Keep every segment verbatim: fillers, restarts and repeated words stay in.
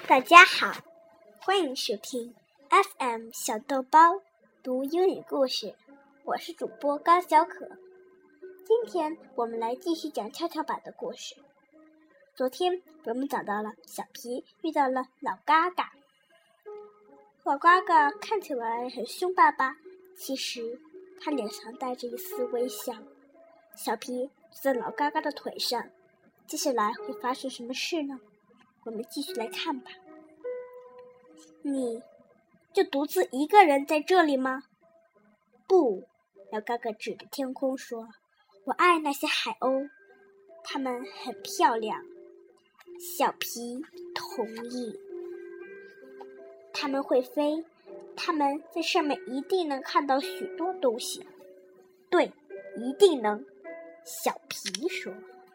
大家好，欢迎收听 F M 小豆包读英语故事，我是主播高小可。今天我们来继续讲跷跷板的故事。昨天我们讲到了小皮遇到了老嘎嘎，老嘎嘎看起来很凶巴巴，其实他脸上带着一丝微笑。小皮坐在老嘎嘎的腿上，接下来会发生什么事呢？我们继续来看吧。你就独自一个人在这里吗？不，老嘎嘎指着天空说，我爱那些海鸥，它们很漂亮。小皮同意，它们会飞，它们在上面一定能看到许多东西。对，一定能，小皮说。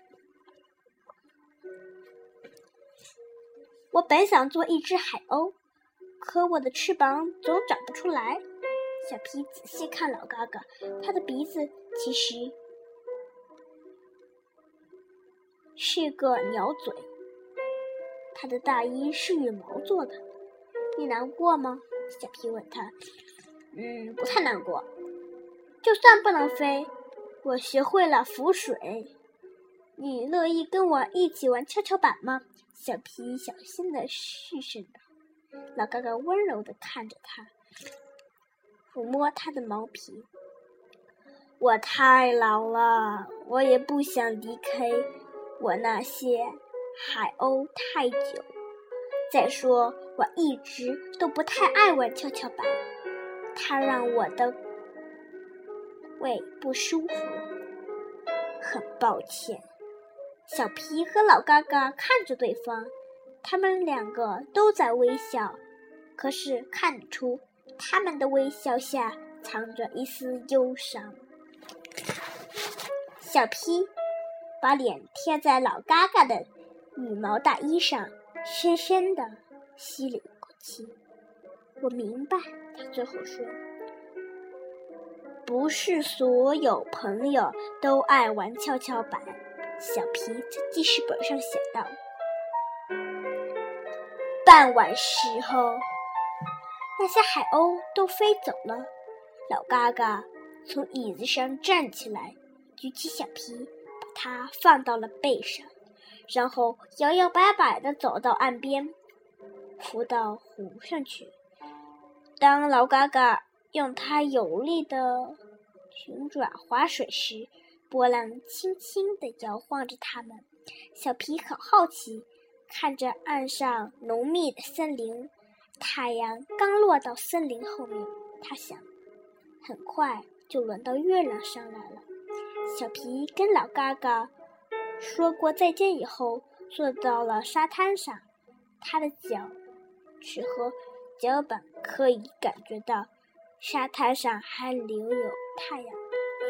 我本想做一只海鸥，可我的翅膀总长不出来。小皮仔细看老嘎嘎，他的鼻子其实是个鸟嘴，他的大衣是羽毛做的。你难过吗？小皮问他。嗯，不太难过。就算不能飞，我学会了浮水。你乐意跟我一起玩跷跷板吗？小皮小心地试试道。老嘎嘎温柔地看着他，抚摸他的毛皮。我太老了，我也不想离开我那些海鸥太久。再说，我一直都不太爱玩跷跷板，它让我的胃不舒服。很抱歉。小皮和老嘎嘎看着对方，他们两个都在微笑，可是看得出他们的微笑下藏着一丝忧伤。小皮把脸贴在老嘎嘎的羽毛大衣上，深深地吸了一口气。我明白，他最后说，不是所有朋友都爱玩跷跷板。小皮在记事本上写道。傍晚时候，那些海鸥都飞走了。老嘎嘎从椅子上站起来，举起小皮，把它放到了背上，然后摇摇摆摆地走到岸边，浮到湖上去。当老嘎嘎用它有力的裙爪划水时，波浪轻轻地摇晃着它们。小皮很好奇，看着岸上浓密的森林。太阳刚落到森林后面，他想，很快就轮到月亮上来了。小皮跟老嘎嘎说过再见以后，坐到了沙滩上，他的脚趾和脚板可以感觉到沙滩上还留有太阳。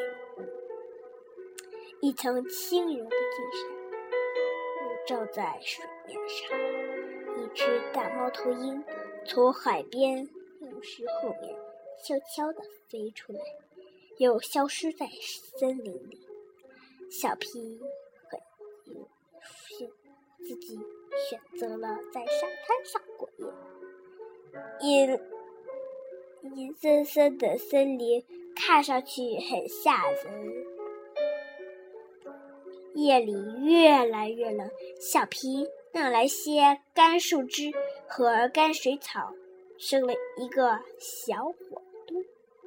一层轻柔的金闪笼罩在水面上，一只大猫头鹰从海边岩石后面悄悄地飞出来，又消失在森林里。小皮很幸自己选择了在沙滩上过夜。阴阴森森的森林看上去很吓人。夜里越来越冷，小皮弄来些干树枝和干水草，生了一个小火堆。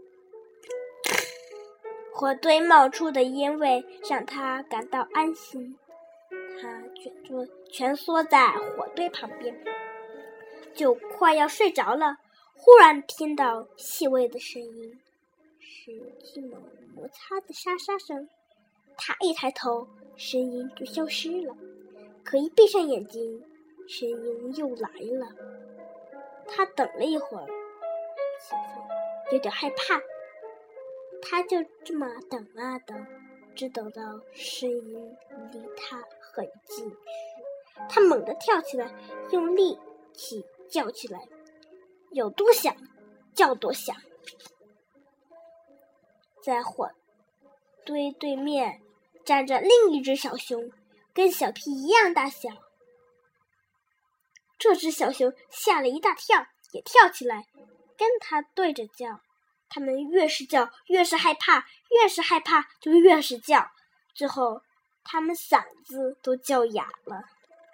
火堆冒出的烟味让他感到安心，他蜷缩蜷缩在火堆旁边，就快要睡着了。忽然听到细微的声音，是鸡毛摩擦的沙沙声。他一抬头，声音就消失了，可一闭上眼睛，声音又来了。他等了一会儿，似乎有点害怕。他就这么等啊等，直等到声音离他很近时，他猛地跳起来，用力气叫起来，有多响叫多响。在火堆对面站着另一只小熊，跟小皮一样大小。 这只小熊吓了一大跳，也跳起来，跟它对着叫。它们越是叫，越是害怕，越是害怕就越是叫，最后它们嗓子都叫哑了。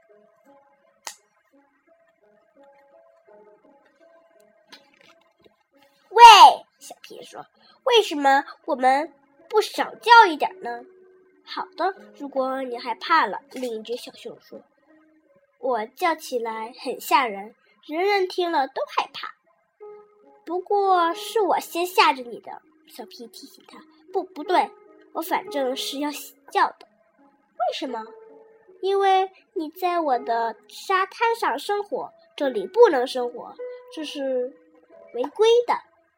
喂，小皮说，为什么我们不少叫一点呢？好的，如果你害怕了，另一只小熊说，我叫起来很吓人，人人听了都害怕。不过是我先吓着你的，小皮提醒他。不，不对，我反正是要叫的。为什么？因为你在我的沙滩上生活，这里不能生活，这是违规的。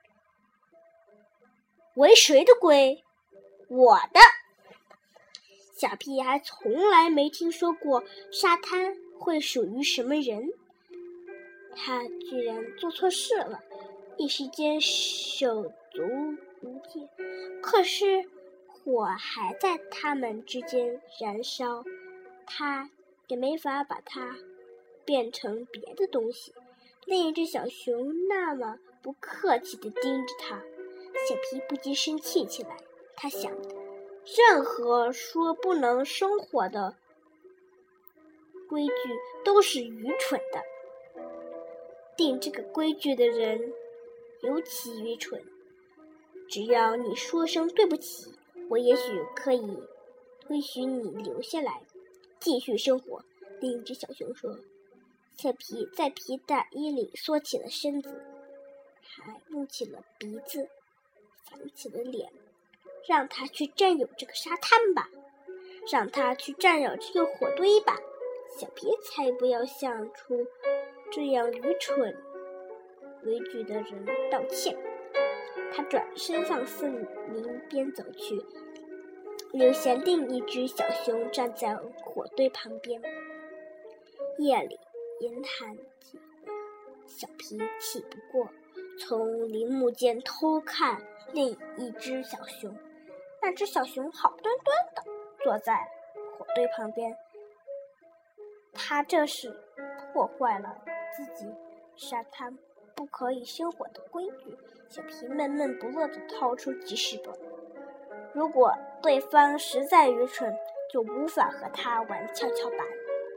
违谁的规？我的。小屁还从来没听说过沙滩会属于什么人，他居然做错事了，一时间手足无界。可是火还在他们之间燃烧，他也没法把它变成别的东西。另一只小熊那么不客气地盯着他，小皮不禁生气起来。他想，任何说不能生火的规矩都是愚蠢的，定这个规矩的人尤其愚蠢。只要你说声对不起，我也许可以允许你留下来继续生活。另一只小熊说。小皮在皮大衣里缩起了身子，还弄起了鼻子，反起了脸。让他去占有这个沙滩吧，让他去占有这个火堆吧。小皮才不要向出这样愚蠢规矩的人道歉。他转身向森林边走去，留下另一只小熊站在火堆旁边。夜里阴寒极了，小皮气不过，从林木间偷看另一只小熊。那只小熊好端端的坐在火堆旁边，他这是破坏了自己沙滩不可以生火的规矩。小皮闷闷不乐地掏出记事本，如果对方实在愚蠢，就无法和他玩跷跷板。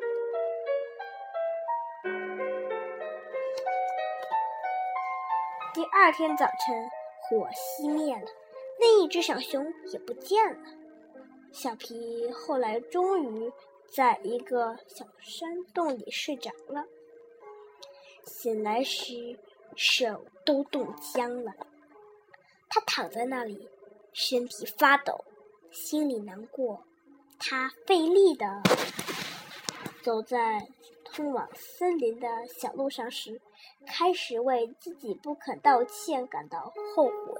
第二天早晨，火熄灭了，另一只小熊也不见了。小皮后来终于在一个小山洞里睡着了，醒来时手都冻僵了。他躺在那里，身体发抖，心里难过。他费力地走在通往森林的小路上时，开始为自己不肯道歉感到后悔。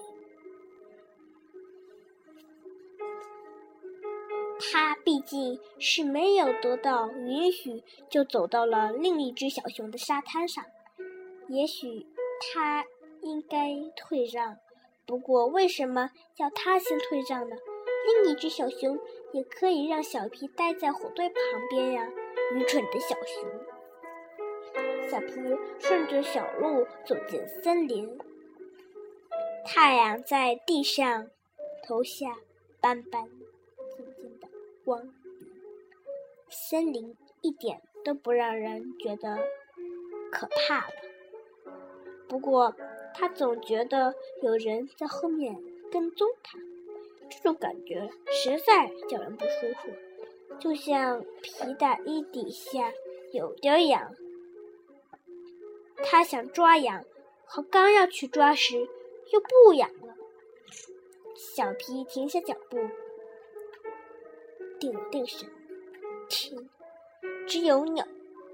他毕竟是没有得到允许就走到了另一只小熊的沙滩上，也许他应该退让，不过为什么要他先退让呢？另一只小熊也可以让小皮待在火堆旁边呀，愚蠢的小熊。小皮顺着小路走进森林，太阳在地上投下斑斑静静的光，森林一点都不让人觉得可怕了。不过他总觉得有人在后面跟踪他，这种感觉实在叫人不舒服，就像皮大衣底下有点痒。他想抓痒，可刚要去抓时又不痒了。小皮停下脚步，定了定神，听，只有鸟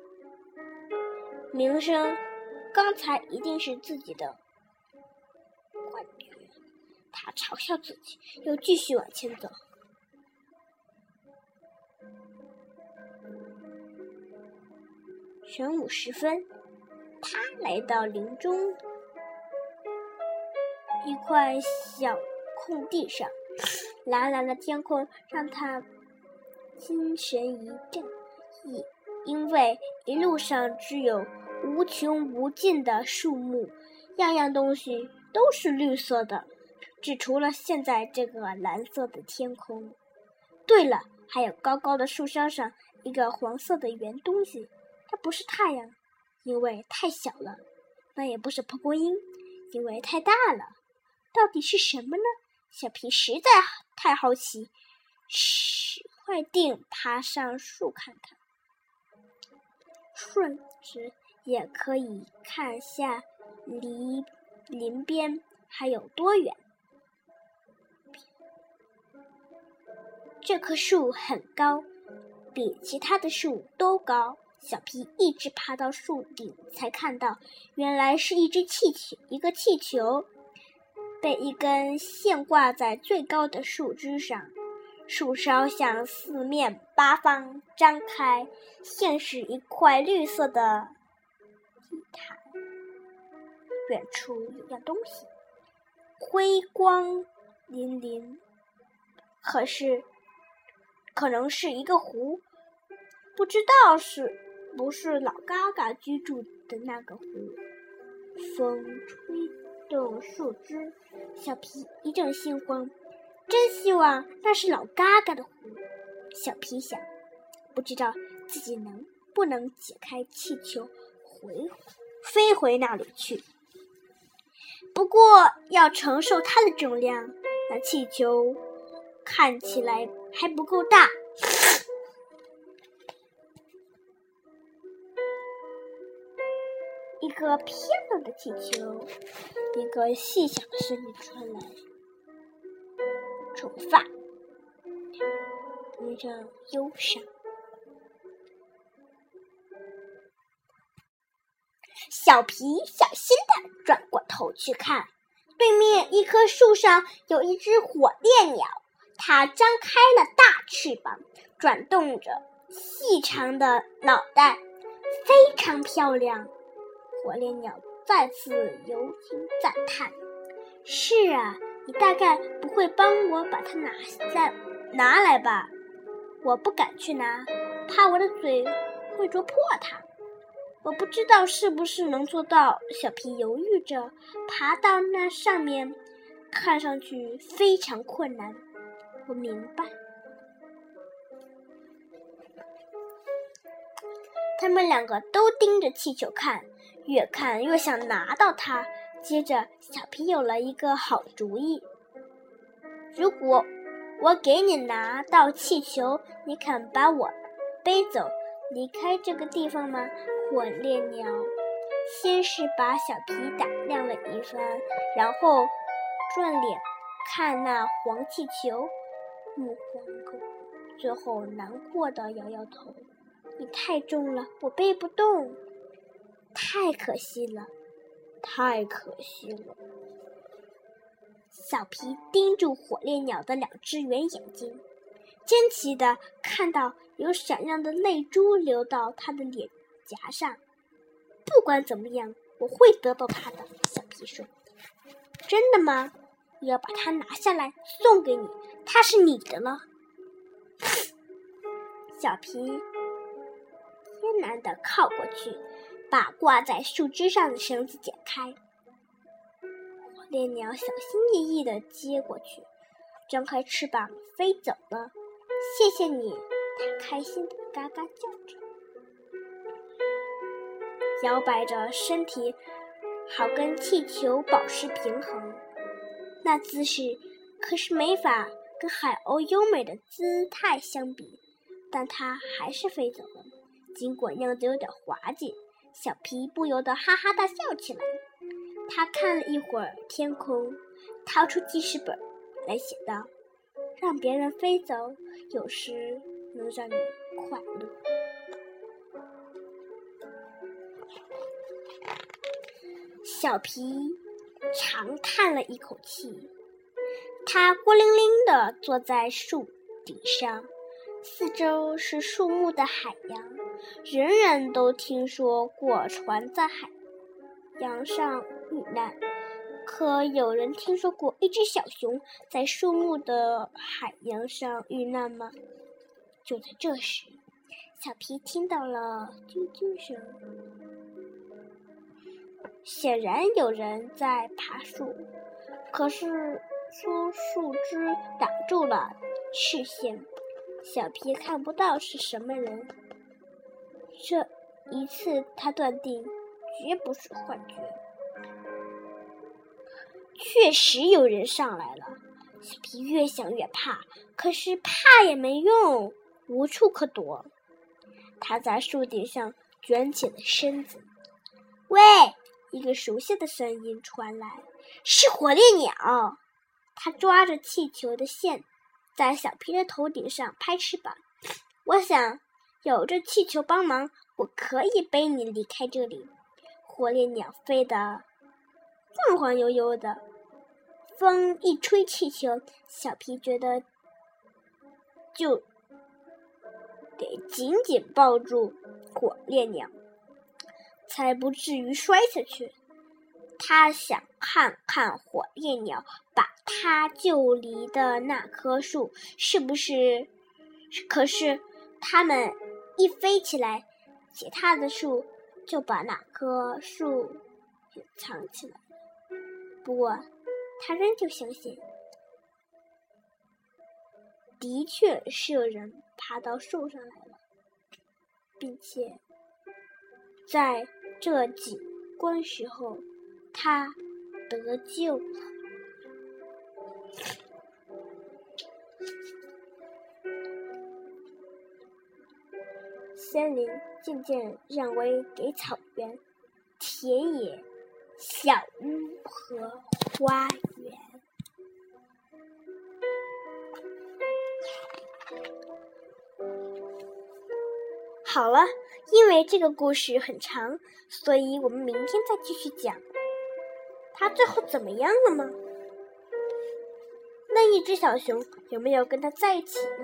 鸣声，刚才一定是自己的幻觉。他嘲笑自己，又继续往前走。晌午时分，他来到林中一块小空地上，蓝蓝的天空让他心神一震，一因为一路上只有无穷无尽的树木，样样东西都是绿色的，只除了现在这个蓝色的天空。对了，还有高高的树梢上一个黄色的圆东西，它不是太阳，因为太小了，那也不是蒲公英，因为太大了。到底是什么呢？小皮实在太好奇，嘘，快定爬上树看看，顺时也可以看下离林边还有多远。这棵树很高，比其他的树都高。小皮一直爬到树顶，才看到原来是一只气球，一个气球被一根线挂在最高的树枝上，树梢向四面八方张开，像是一块绿色的地毯。远处有样东西，辉光粼粼，可是可能是一个湖，不知道是不是老嘎嘎居住的那个湖。风吹动树枝，小皮一阵心慌，真希望那是老嘎嘎的湖。小皮想，不知道自己能不能解开气球回飞回那里去。不过要承受它的重量，那气球看起来还不够大。一个漂亮的气球，一个细小的声音传来：“出发。”一阵忧伤。小皮小心地转过头去看，对面一棵树上有一只火烈鸟，它张开了大翅膀，转动着细长的脑袋，非常漂亮。火烈鸟再次由心赞叹：“是啊，你大概不会帮我把它拿来拿来吧？我不敢去拿，怕我的嘴会啄破它。我不知道是不是能做到。”小皮犹豫着爬到那上面，看上去非常困难。我明白。他们两个都盯着气球看，越看越想拿到它。接着小皮有了一个好主意：如果我给你拿到气球，你肯把我背走离开这个地方吗？火烈鸟先是把小皮打量了一番，然后转脸看那黄气球，目光勾勾，最后难过的摇摇头：“你太重了，我背不动。太可惜了，太可惜了。”小皮盯住火烈鸟的两只圆眼睛，惊奇地看到有闪亮的泪珠流到它的脸颊上。不管怎么样，我会得到它的，小皮说。真的吗？我要把它拿下来送给你，它是你的了。小皮艰难地靠过去，把挂在树枝上的绳子解开。火烈鸟小心翼翼地接过去，张开翅膀飞走了。谢谢你，它开心地嘎嘎叫着，摇摆着身体，好跟气球保持平衡。那姿势可是没法跟海鸥优美的姿态相比，但它还是飞走了。尽管样子有点滑稽，小皮不由得哈哈大笑起来。他看了一会儿天空，掏出记事本来写道：“让别人飞走，有时能让你快乐。”小皮长叹了一口气，他孤零零地坐在树顶上，四周是树木的海洋。人人都听说过船在海洋上遇难，可有人听说过一只小熊在树木的海洋上遇难吗？就在这时， 小皮听到了啾啾声，显然有人在爬树，可是粗树枝挡住了视线，小皮看不到是什么人。这一次他断定绝不是幻觉，确实有人上来了。小皮越想越怕，可是怕也没用，无处可躲。他在树顶上卷起了身子。喂！一个熟悉的声音传来，是火烈鸟。他抓着气球的线，在小皮的头顶上拍翅膀。我想，有这气球帮忙，我可以背你离开这里。火烈鸟飞得晃晃悠悠的，风一吹气球，小皮觉得就得紧紧抱住火烈鸟，才不至于摔下去。他想看看火烈鸟把他救离的那棵树是不是，可是他们一飞起来，其他的树就把那棵树隐藏起来。不过他仍旧相信，的确是有人爬到树上来了，并且在这紧关时候，他得救了。森林渐渐让位给草原、田野、小屋和花园。好了，因为这个故事很长，所以我们明天再继续讲。他最后怎么样了吗？那一只小熊有没有跟他在一起呢？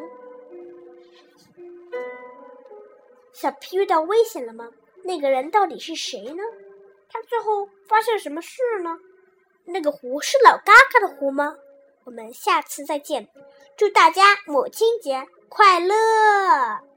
小皮遇到危险了吗？那个人到底是谁呢？他最后发生什么事呢？那个湖是老嘎嘎的湖吗？我们下次再见，祝大家母亲节快乐！